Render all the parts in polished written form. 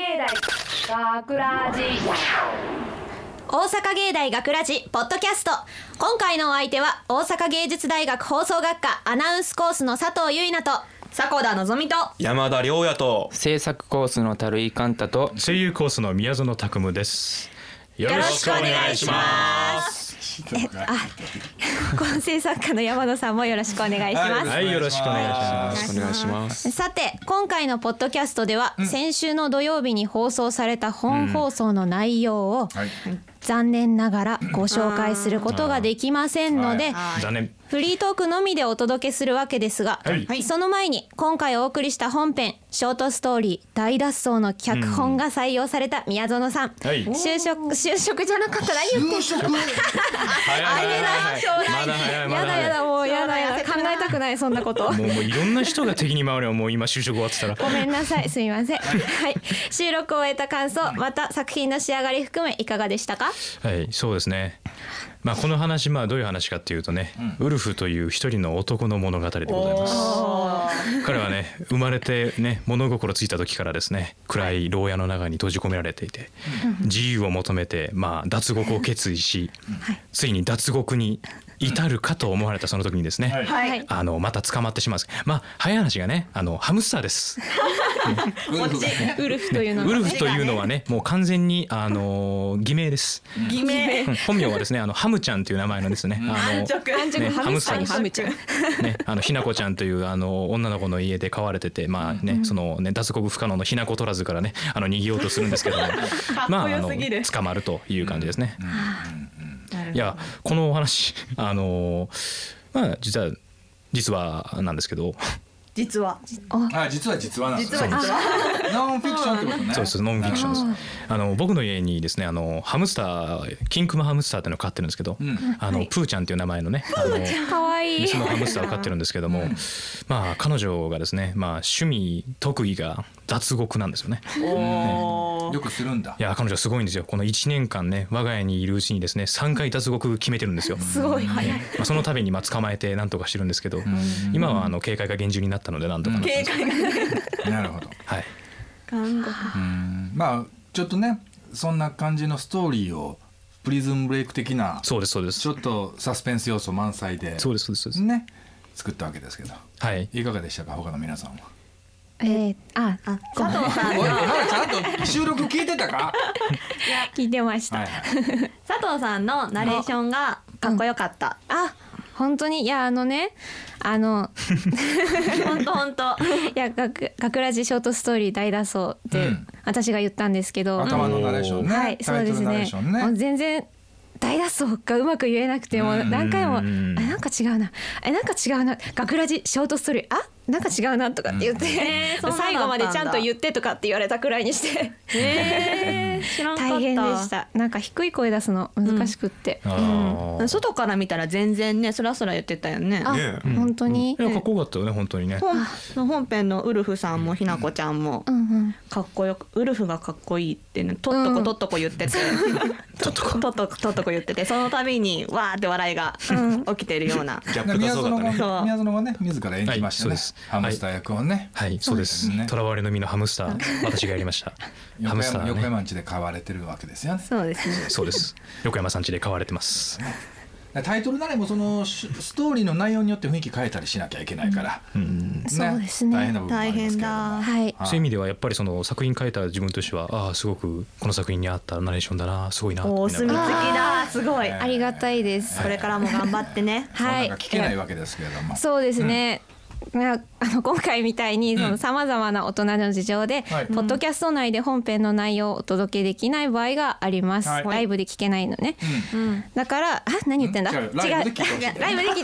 大学ラジ大阪芸大学ラジポッドキャスト。今回のお相手は大阪芸術大学放送学科アナウンスコースの佐藤結菜と迫田のぞみと山田亮也と制作コースの樽井寛太と声優コースの宮園拓夢です。よろしくお願いします。 構成作家の山野さんもよろしくお願いします。 はい、よろしくお願いします。 お願いします。 さて今回のポッドキャストでは、先週の土曜日に放送された本放送の内容を、残念ながらご紹介することができませんので、 残念。 フリートークのみでお届けするわけですが、その前に今回お送りした本編ショートストーリー大脱走の脚本が採用された宮園さん、就職じゃなかったら言って早いまだ早いまだ早い。 やだもうやだ考えたくないそんなこともういろんな人が敵に回るよ。もう今就職終わってたらごめんなさい、すみません。はい、収録を終えた感想、また作品の仕上がり含めいかがでしたか？ はい、そうですね。この話、どういう話かっていうとね、ウルフという一人の男の物語でございます。彼はね、生まれてね、物心ついた時からですね、暗い牢屋の中に閉じ込められていて、自由を求めて脱獄を決意し、ついに脱獄に至るかと思われたその時にですね、また捕まってしまうんです。早い話がね、ハムスターです。 ウルフというのは、 ウルフというのはね、もう完全に偽名です。 偽名。 本名はですね、ハムちゃんという名前のですね、 ハムスターにハムちゃんね、ひなこちゃんという女の子の家で飼われてて、そのね、脱獄不可能のひなこ取らずからね、逃げようとするんですけども、捕まるという感じですね。いや、このお話実はなんですけど、 実はなんですノンフィクションってことね。 そうです、ノンフィクションです。僕の家にですね、ハムスター、キンクマハムスターっていうのを飼ってるんですけど、プーちゃんっていう名前のね、 かわいいメスのハムスターを飼ってるんですけども、彼女がですね、趣味特技が脱獄なんですよね。 よくするんだ。 いや、彼女すごいんですよ。この1年間ね、我が家にいるうちにですね、3回脱獄決めてるんですよ。 すごい早い。 その度に捕まえてなんとかしてるんですけど、今は警戒が厳重になったのでなんとかなってます。 警戒がなるほど。 はい。 ちょっとね、そんな感じのストーリーをプリズンブレイク的な、 そうですそうです。 ちょっとサスペンス要素満載で、 そうですそうですね、作ったわけですけど、 はい。 いかがでしたか、他の皆さんは。 佐藤さんのちゃんと収録聞いてたか？ 聞いてました。 佐藤さんのナレーションがかっこよかった。 本当に、いや本当いや、学ラジショートストーリー大脱走って私が言ったったんですけど、 頭のナレーションね。 はい、そうですね。もう全然大脱走がうまく言えなくて、も何回もなんか違うな、学ラジショートストーリー、なんか違うなとかって言って、最後までちゃんと言ってとかって言われたくらいにして知らんかった。 大変でした。なんか低い声出すの難しくって、 外から見たら全然ね、スラスラ言ってたよね。 本当に。 いや、かっこよかったよね、本当にね。 本編のウルフさんもひなこちゃんもかっこよく、ウルフがかっこいいってね、とっとこ言ってて、とっとこ言ってて、その度にわーって笑いが起きてるような。 ギャップがすごかったね。宮園がね、自ら演じましたね。ハムスター役をね。 はい、そうです。囚われの身のハムスター、私がやりました。ハムスターね、 横山ん家で飼われてるわけですよね。 そうですね。 そうです。横山さん家で飼われてます。 タイトルなれもそのストーリーの内容によって雰囲気変えたりしなきゃいけないから、 そうですね。 大変な部分もありますけども、 はい。 そういう意味ではやっぱりその作品書いた自分としては、すごくこの作品に合ったナレーションだな、すごいな。 お墨付きだ、すごい。 ありがたいです。 これからも頑張ってね。 はい。 なんか聞けないわけですけれども。 そうですね。今回みたいにさまざまな大人の事情で、ポッドキャスト内で本編の内容をお届けできない場合があります。ライブで聞けないのね。だから何言ってんだ？違う。ライブで聞いてほしいです。もうダメ。い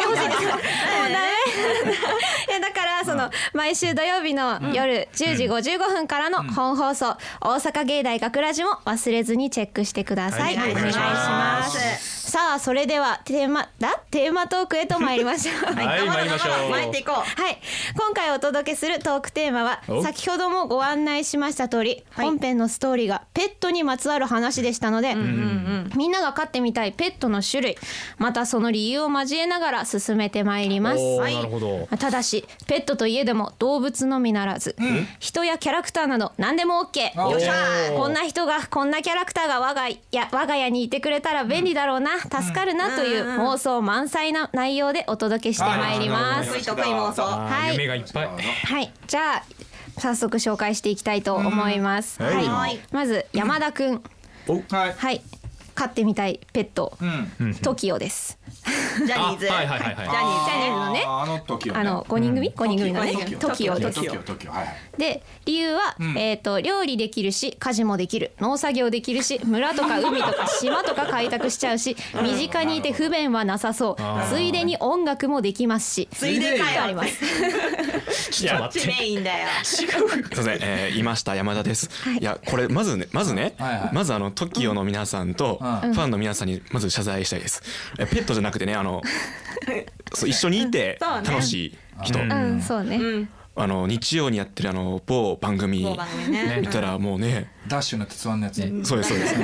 や、だから毎週土曜日の夜10時55分からの本放送、大阪芸大学ラジも忘れずにチェックしてください。お願いします。 さあそれではテーマトークへと参りましょう。 はい、参りましょう。 参っていこう。 はい、今回お届けするトークテーマは先ほどもご案内しました通り、本編のストーリーがペットにまつわる話でしたので、みんなが飼ってみたいペットの種類またその理由を交えながら進めてまいります。 なるほど。 ただしペットといえども動物のみならず、人やキャラクターなど何でも OK。 よっしゃー。こんな人がこんなキャラクターが我が家にいてくれたら便利だろうな、助かるなという妄想満載な内容でお届けしてまいります。 得意妄想。 はい、 夢がいっぱい。 はい、じゃあ早速紹介していきたいと思います。はい、まず山田くん。はい、飼ってみたいペット、TOKIO です。 ジャニーズ。ジャニーズのね。5人組のね。TOKIO です。で理由は料理できるし家事もできる、農作業できるし、村とか海とか島とか開拓しちゃうし、身近にいて不便はなさそう。ついでに音楽もできますし。 ついでかよ。あります。 ちょっと待って。 メインだよ。 すいません、いました山田です。いやこれまずTOKIO の皆さんとファンの皆さんにまず謝罪したいです。ペットじゃなくてね、一緒にいて楽しい人。 そうね。 日曜にやってる某番組見たらもうね、 ダッシュの鉄腕のやつ。 そうですそうです。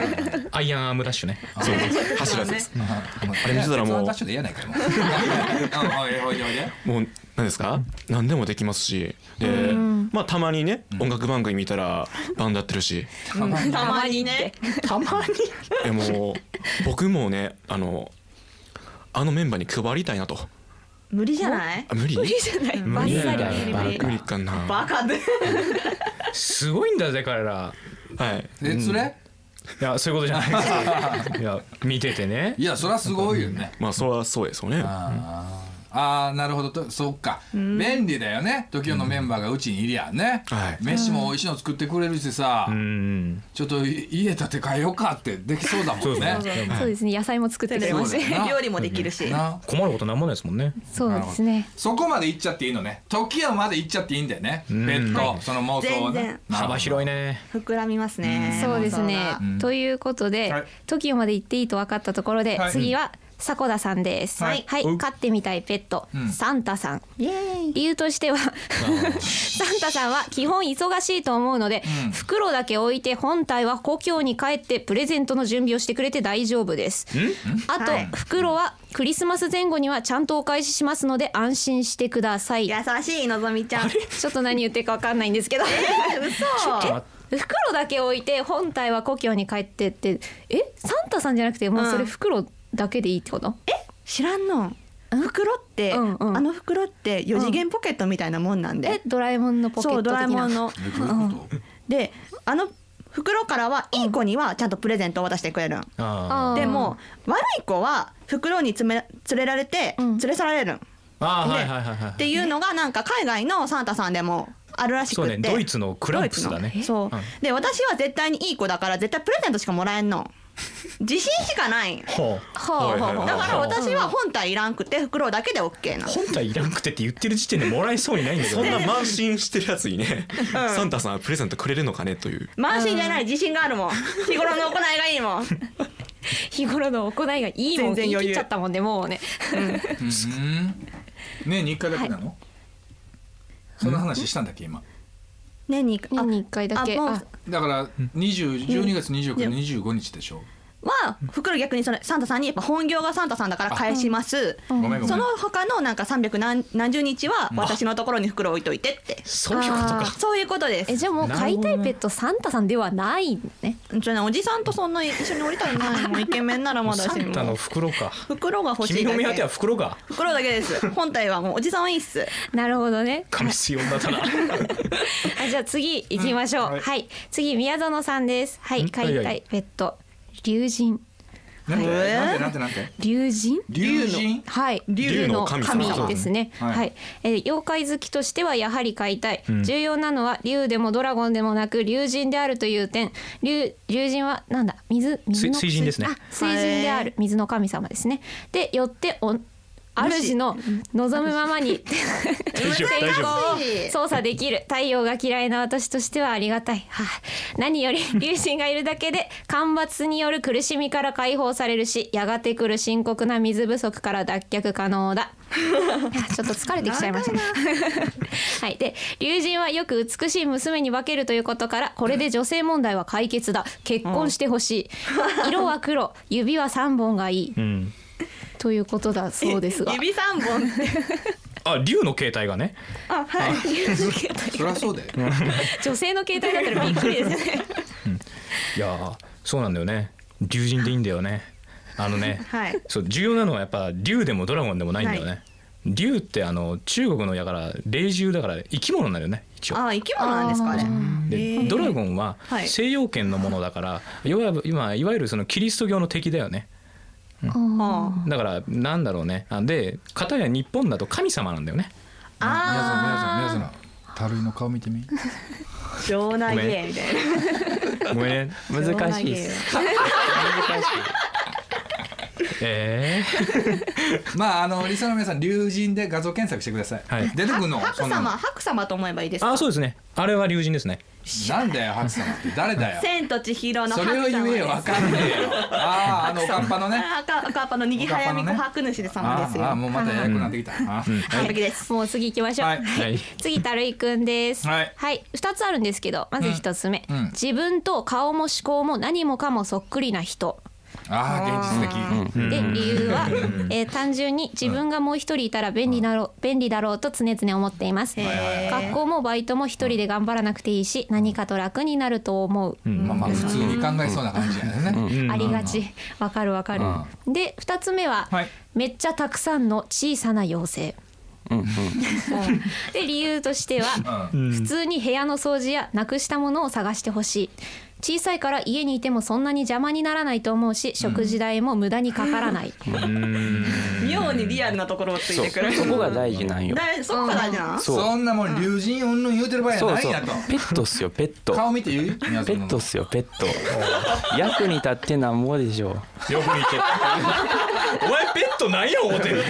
アイアンアームダッシュね。 そう走らずです。あれ見てたらもうダッシュで嫌ないかよ。 もう何ですか、何でもできますし、でまあたまにね音楽番組見たらバンドやってるし、 たまにね。 たまに。 もう僕もねあのメンバーに配りたいなと。 無理じゃない？ 無理じゃない。 無理だよ。 無理かな。 バカで。 すごいんだぜ彼ら。 はい。 それ？ いやそういうことじゃないです。いや見ててね。 いやそれはすごいよね。 まあそれはそうですよね。 ああなるほど、そうか、便利だよね。TOKIOのメンバーがうちにいりゃね、飯も美味しいの作ってくれるしさ、ちょっと家建て替えようかってできそうだもんね。 そうですね、野菜も作ってくれますし、 料理もできるし、 困ることなんもないですもんね。 そうですね。 そこまで行っちゃっていいのね。TOKIOまで行っちゃっていいんだよね、ペットその妄想はね。 幅広いね。 膨らみますね。 そうですね。ということでTOKIOまで行っていいと分かったところで、次は迫田さんです。はい、飼ってみたいペット、サンタさん。理由としてはサンタさんは基本忙しいと思うので、袋だけ置いて本体は故郷に帰ってプレゼントの準備をしてくれて大丈夫です。あと、袋はクリスマス前後にはちゃんとお返ししますので安心してください。 優しいのぞみちゃん。 ちょっと何言ってるか分かんないんですけど。 嘘。 袋だけ置いて本体は故郷に帰ってってサンタさんじゃなくてもうそれ袋だけでいいってこと？ 知らんの？袋って、袋って4次元ポケットみたいなもんなんで。 ドラえもんのポケット的な。 そうドラえもんの。で袋からはいい子にはちゃんとプレゼントを渡してくれるん。でも悪い子は袋に連れられて連れ去られるん。っていうのがなんか海外のサンタさんでもあるらしくて。 そうね、ドイツのクランプスだね。 そうで私は絶対にいい子だから絶対プレゼントしかもらえんの。自信しかない。だから私は本体いらんくて袋だけで OK な。 本体いらんくてって言ってる時点でもらえそうにないんだけど。 そんな慢心してるやつにね、サンタさんはプレゼントくれるのかねという。 慢心じゃない、自信があるもん。日頃の行いがいいもん。 日頃の行いがいいもん。言い切っちゃったもんでもうね。 年に1回だけなの？その話したんだっけ今？ 年に1回だけ。 だから12月29日25日でしょ。 は袋逆にそのサンタさんにやっぱ本業がサンタさんだから返します。その他のなんか300何十日は私のところに袋置いといてって。 そういうことか。 そういうことです。 じゃあもう飼いたいペットサンタさんではないね。 じゃあおじさんとそんな一緒に降りたいないもうイケメンならまだしも。 サンタの袋か。 袋が欲しいだけ。 君の目当ては袋か。 袋だけです。本体はもうおじさんはいいっす。 なるほどね。 神水女だな。 じゃあ次行きましょう。はい。次宮園さんです。はい。飼いたいペット龍神。 なんて龍神？はい。龍の神ですね。はい。妖怪好きとしてはやはり飼いたい。重要なのは龍でもドラゴンでもなく龍神であるという点。龍神はなんだ水の水神ですね。 水神である水の神様ですね。でよって主の望むままに天候を操作できる。太陽が嫌いな私としてはありがたい。何より龍神がいるだけで干ばつによる苦しみから解放されるし、やがて来る深刻な水不足から脱却可能だ。ちょっと疲れてきちゃいましたはい。で、龍神はよく美しい娘に化けるということから、これで女性問題は解決だ。結婚してほしい。色は黒、指は3本がいい。ということだそうですが。 指3本って竜の形態がね。 はい。 竜の形態。そりゃそうで。 女性の形態だったらびっくりですね。 いやそうなんだよね。龍神でいいんだよね。そう重要なのはやっぱ竜でもドラゴンでもないんだよね。竜って中国のだから霊獣だから生き物なんだよね。一応。 生き物なんですかね。 でドラゴンは西洋圏のものだから、いわゆるそのキリスト教の敵だよね。だからなんだろうね。で片や日本だと神様なんだよね。 皆さんたるいの顔見てみ。 城内芸みたいな。 ごめんね、 難しいです。難しい。 まあリスナーの皆さん龍神で画像検索してください。出てくるの。 白様と思えばいいですか。 そうですね。あれは龍神ですね。 なんだよ白様って誰だよ。 千と千尋の白様。それを言えよ、わかんねえよ。おかっぱのね。 おかっぱのにぎはやみ琥珀主様ですよ。 もうまたややくなってきた。 完璧です。 もう次行きましょう。次たるいくんです。はい。2つあるんですけど、まず1つ目、自分と顔も思考も何もかもそっくりな人。 現実的。 で理由は、単純に自分がもう一人いたら便利だろうと常々思っています。学校もバイトも一人で頑張らなくていいし、何かと楽になると思う。 まあ普通に考えそうな感じだよね。 ありがち。わかる。で2つ目は、めっちゃたくさんの小さな妖精。で理由としては、普通に部屋の掃除やなくしたものを探してほしい。小さいから家にいてもそんなに邪魔にならないと思うし、食事代も無駄にかからない。 妙にリアルなところをついてくる。 そこが大事なんよ。 そこが大事な。 そんなもん龍神うんぬん言うてる場合じゃないやと。 ペットっすよ、ペット。 顔見て言う？ ペットっすよ、ペット。役に立ってなんぼでしょう。 よく見て。お前ペットなんや思ってんねん。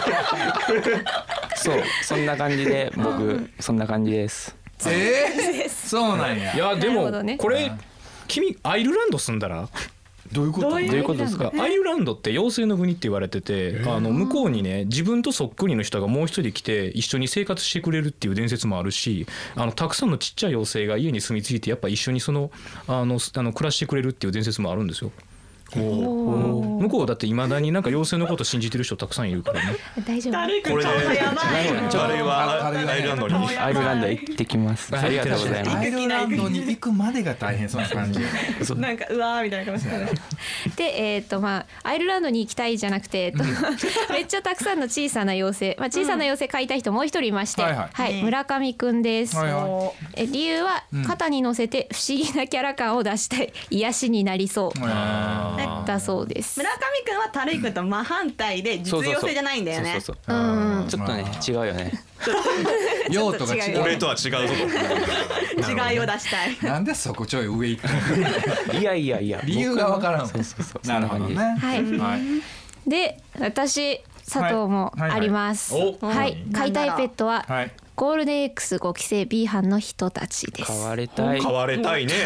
そんな感じで僕そんな感じです。 そうなんや。 いやでもこれ君アイルランド住んだらどういうことですか。アイルランドって妖精の国って言われてて、向こうにね自分とそっくりの人がもう一人来て一緒に生活してくれるっていう伝説もあるし、たくさんのちっちゃい妖精が家に住み着いてやっぱ一緒に暮らしてくれるっていう伝説もあるんですよ。向こうだっていまだになんか妖精のこと信じてる人たくさんいるからね。 大丈夫。 これであれはアイルランドにアイルランド行ってきます。ありがとうございます。 アイルランドに行くまでが大変そうな感じ。 なんかうわーみたいな感じでアイルランドに行きたいじゃなくて、めっちゃたくさんの小さな妖精、小さな妖精描いた人もう一人いまして、村上くんです。理由は肩に乗せて不思議なキャラ感を出したい、癒しになりそうだそうです。 村上くんはたるいくんと真反対で実用性じゃないんだよね。 ちょっとね違うよね。 用途が違う。 俺とは違うぞと。 違いを出したい。 なんでそこちょい上行くの。 いや理由がわからん。なるほどね。 で私佐藤もあります。飼いたいペットはゴールデン X5 期生 B 班の人たちです。 買われたいね。買われたいよ。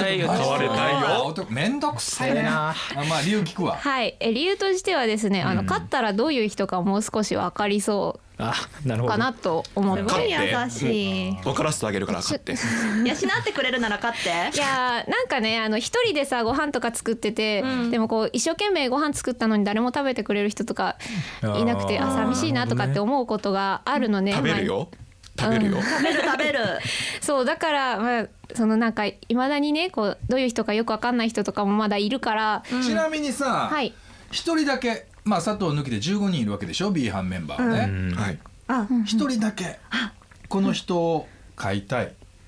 めんどくせえな。まあ理由聞くわ。 理由としてはですね、飼ったらどういう人かもう少し分かりそうかなと思って。 すごい優しい。 分からせてあげるから飼って。 養ってくれるなら飼って。 いやなんかね一人でさご飯とか作ってて、でもこう一生懸命ご飯作ったのに誰も食べてくれる人とかいなくて寂しいなとかって思うことがあるのね。 食べるよ。 食べるそうだからなんかいまだにねこうどういう人かよく分かんない人とかもまだいるから。 ちなみにさ一人だけ佐藤抜きで15人いるわけでしょ B 班メンバーはね。一人だけこの人を飼いたい。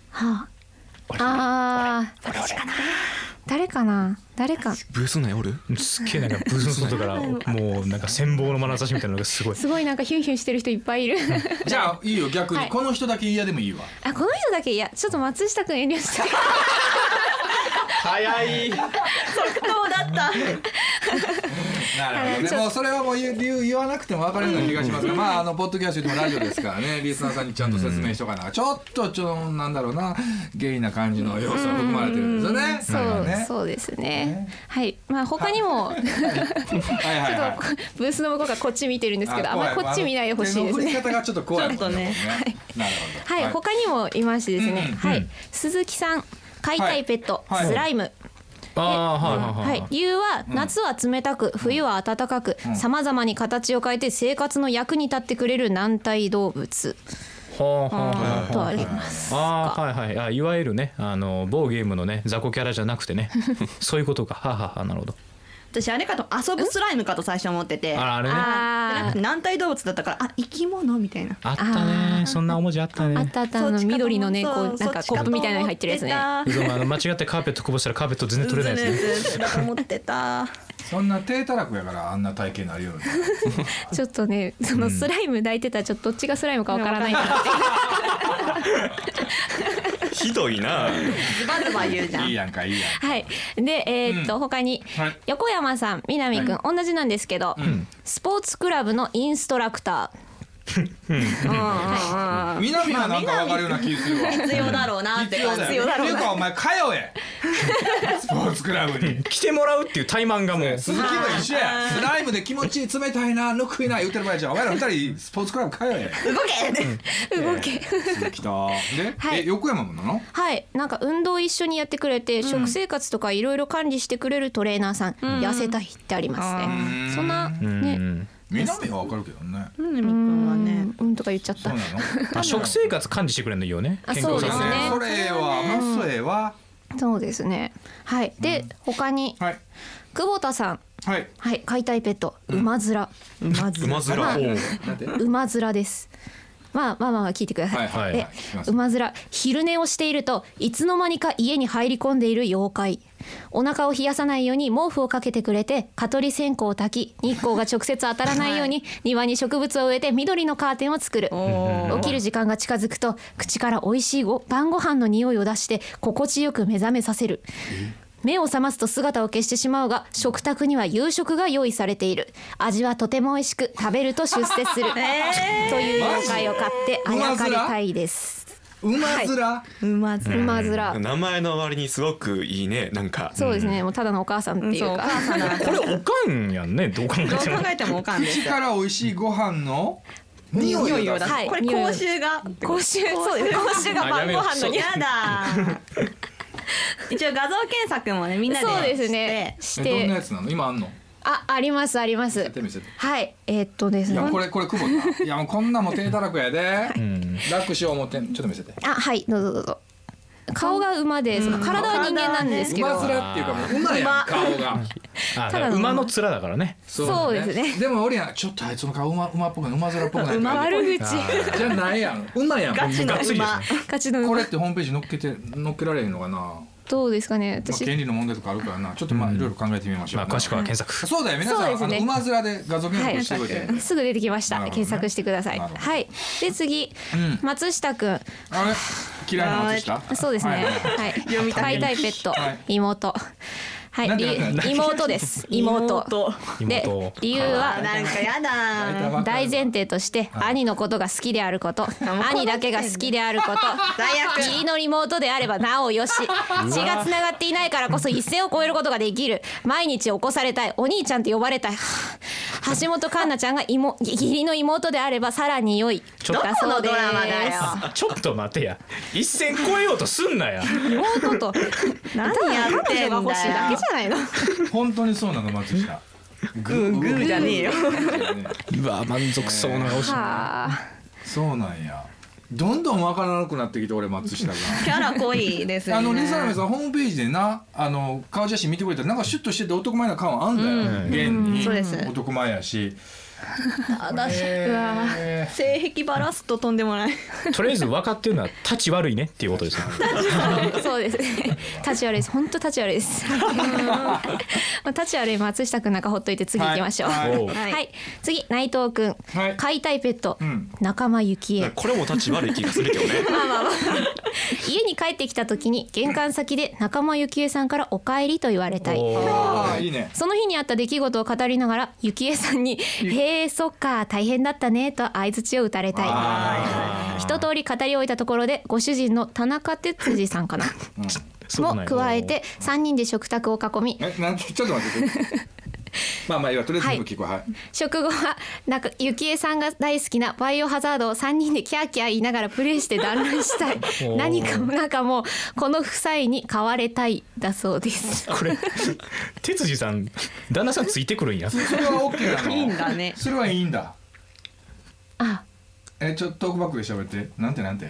誰かな。 ブース内おる？ すっげえなんかブースの外からもうなんか羨望の眼差しみたいなのがすごいなんかヒュンヒュンしてる人いっぱいいる。 じゃあいいよ逆にこの人だけ嫌でもいいわ。 この人だけ嫌。ちょっと松下くん遠慮して。 早い。 即答だった。 なるほどね。もうそれはもう言わなくても分かるような気がしますが、まあポッドキャストでもラジオですからね、リスナーさんにちゃんと説明しとかな、ちょっとなんだろうな、ゲイな感じの要素が含まれてるんですよね。 そうですね。はい。まあ他にもブースの向こうがこっち見てるんですけど、あんまりこっち見ないでほしいですね。 手の振り方がちょっと怖いもんね。 なるほど。はい。他にもいましてですね。はい。鈴木さん、飼いたいペットスライム。理由は夏は冷たく冬は暖かくさまざまに形を変えて生活の役に立ってくれる軟体動物とありますが、 いわゆるね某ゲームのね雑魚キャラじゃなくてねそういうことか。なるほど。 私あれかと遊ぶスライムかと最初思ってて、 あれね、 軟体動物だったから生き物みたいな。 あったね、そんな文字あったね。 あった緑のねこうなんかコップみたいなのに入ってるやつね。 間違ってカーペットこぼしたらカーペット全然取れないですね。 だと思ってた。 そんな低たらくやからあんな体型になるように。 ちょっとねそのスライム抱いてたらちょっとどっちがスライムかわからないなって。 ひどいな。 ズバズバ言うじゃん。 いいやんかいいやん。 はい。で他に横山さん、南くん同じなんですけど、スポーツクラブのインストラクター。 南はなんか分かるような気するわ。 必要だろうなって感じ。 っていうかお前通え。スポーツクラブに来てもらうっていう怠慢がもう鈴木も一緒や。スライムで気持ち冷たいな、ぬくいな言ってる場合じゃん。お前ら二人スポーツクラブ通え。 動け。 鈴木とで横山もなの？ はい。なんか運動一緒にやってくれて食生活とかいろいろ管理してくれるトレーナーさん。痩せたいってありますね。そんなね。 南はわかるけどね。 南くんはね、 とか言っちゃった。 食生活管理してくれるのいいよね。 そうですね。 それはそれは。 そうですね。はい。で他に久保田さん。はい。飼いたいペット馬面。馬面です。まあ聞いてください。馬面昼寝をしているといつの間にか家に入り込んでいる妖怪。お腹を冷やさないように毛布をかけてくれて蚊取り線香を焚き日光が直接当たらないように庭に植物を植えて緑のカーテンを作る。起きる時間が近づくと口から美味しい晩ご飯の匂いを出して心地よく目覚めさせる。目を覚ますと姿を消してしまうが食卓には夕食が用意されている。味はとても美味しく食べると出世する、という妖怪を買ってあやかりたいです。 馬面。 名前の割にすごくいいね。なんかそうですね。もうただのお母さんっていうか、 これおかんやんね。どう考えてもおかんです。 口から美味しいご飯の匂いを出す。これ口臭がそうです。口臭が晩ご飯のやだ。一応画像検索もねみんなでそうですねして。どんなやつなの？今あんの？ あります。はい。ですね。 これ久保田。いやもうこんなも低たらくやで。楽しよう思ってちょっと見せて。 はい。どうぞ。顔が馬で体は人間なんですけど。 馬面っていうかもう馬や顔が。 ただ馬の面だからね。 そうですね。 でも俺やちょっとあいつの顔馬っぽくない、馬面っぽくない。 悪口じゃないやん。馬やん。 ガチの馬。 これってホームページ載っけられるのかな。 どうですかね。 私権利の問題とかあるからな。ちょっといろいろ考えてみましょう。 詳しくは検索。 そうだよ皆さん馬面で画像検索してくれて。 すぐ出てきました。検索してください。はい。で次松下くん。 あれ嫌いな松下？ そうですね。はい。飼いたいペット妹。はい、妹です。妹。で、理由はなんかやだ。 大前提として兄のことが好きであること、兄だけが好きであること、義理の妹であればなおよし、血がつながっていないからこそ一線を越えることができる。毎日起こされたい、お兄ちゃんと呼ばれたい。橋本環奈ちゃんが義理の妹であればさらに良い。 どこのドラマだよ。 ちょっと待てや。一線越えようとすんなや。 妹と何やってんだよ。 欲しいだけじゃないの。 本当にそうなの松下。 グーじゃねえよ。 うわ満足そうな顔してる。 そうなんや。どんどん分からなくなってきて俺松下が。 キャラ濃いですね。 リサラメさんホームページでな顔写真見てくれたらなんかシュッとしてて男前な顔あんだよ。現に男前やし。 性癖バラすととんでもない。 とりあえず分かってるのは立ち悪いねっていうことですね。 そうですね。立ち悪いです。本当立ち悪いです。立ち悪い松下くんなんかほっといて次行きましょう。はい。次内藤くん。飼いたいペット仲間由紀恵。 これも立ち悪い気がするけどね。 家に帰ってきた時に玄関先で仲間由紀恵さんからお帰りと言われたい。 いいね。 その日にあった出来事を語りながら由紀恵さんにへえそっか大変だったねと相槌を打たれたい。一通り語り終えたところでご主人の田中哲司さんかな、も加えて3人で食卓を囲み、 なんてちょっと待ってまあいいわ、とりあえず聞こう。はい、 食後はなんかゆきえさんが大好きなバイオハザードを3人でキャーキャー言いながらプレイして団らんしたいなんかもうこの夫妻に買われたいだそうです。 これ哲司さん旦那さんついてくるんや。 それは OK なの？ いいんだね。 それはいいんだ。 あ、 ちょっとトークバックで喋って。なんて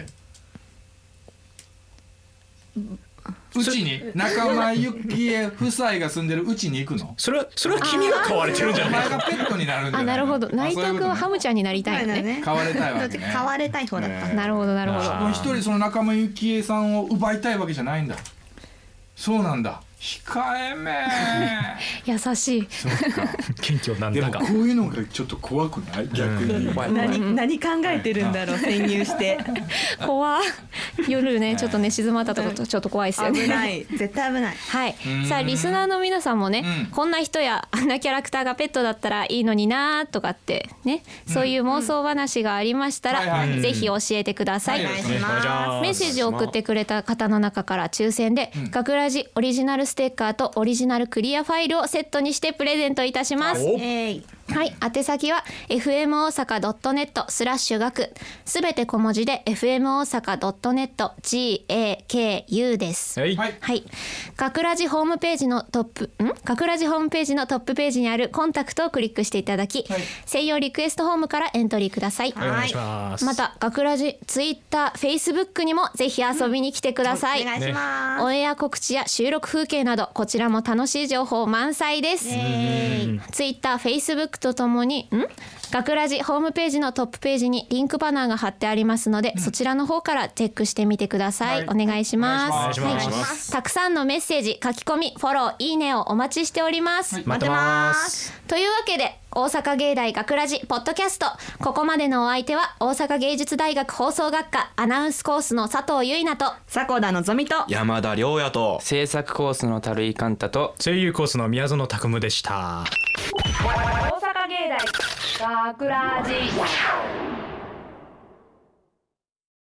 うちに仲間由紀恵夫妻が住んでるうちに行くの？ それは君が飼われてるんじゃない？ お前がペットになるんじゃない？ なるほど。内藤君はハムちゃんになりたいのね。 飼われたいわけね。 飼われたい方だった。 なるほど。 もう一人その仲間由紀恵さんを奪いたいわけじゃないんだ。そうなんだ。控えめ優しい。 そうか。 謙虚なんだか。 でもこういうのがちょっと怖くない？逆に。 何考えてるんだろう、潜入して怖夜ねちょっとね静まったとことちょっと怖いですよね。 危ない、絶対危ない。 はい。さあリスナーの皆さんもね、こんな人やあんなキャラクターがペットだったらいいのになとかってね、そういう妄想話がありましたらぜひ教えてください。 お願いします。 メッセージを送ってくれた方の中から抽選でガクラジオリジナルステッカーとオリジナルクリアファイルをセットにしてプレゼントいたします。はい、宛先は fm 大阪 .net/学すべて小文字で fm 大阪 .net GAKU です。はい。ガクラジホームページのトップページにあるコンタクトをクリックしていただき、専用リクエストフォームからエントリーください。 お願いします。 またガクラジツイッター、フェイスブックにもぜひ遊びに来てください。 お願いします。 オンエア告知や収録風景などこちらも楽しい情報満載です。ツイッター、フェイスブックとともにガクラジホームページのトップページにリンクバナーが貼ってありますので、そちらの方からチェックしてみてください。お願いします。たくさんのメッセージ、書き込み、フォロー、いいねをお待ちしております。 待ってます。 というわけで大阪芸大ガクラジポッドキャスト、ここまでのお相手は大阪芸術大学放送学科アナウンスコースの佐藤結菜と迫田のぞみと山田亮也と制作コースの樽井寛太と声優コースの宮園拓夢でした。 大阪芸大ガクラジ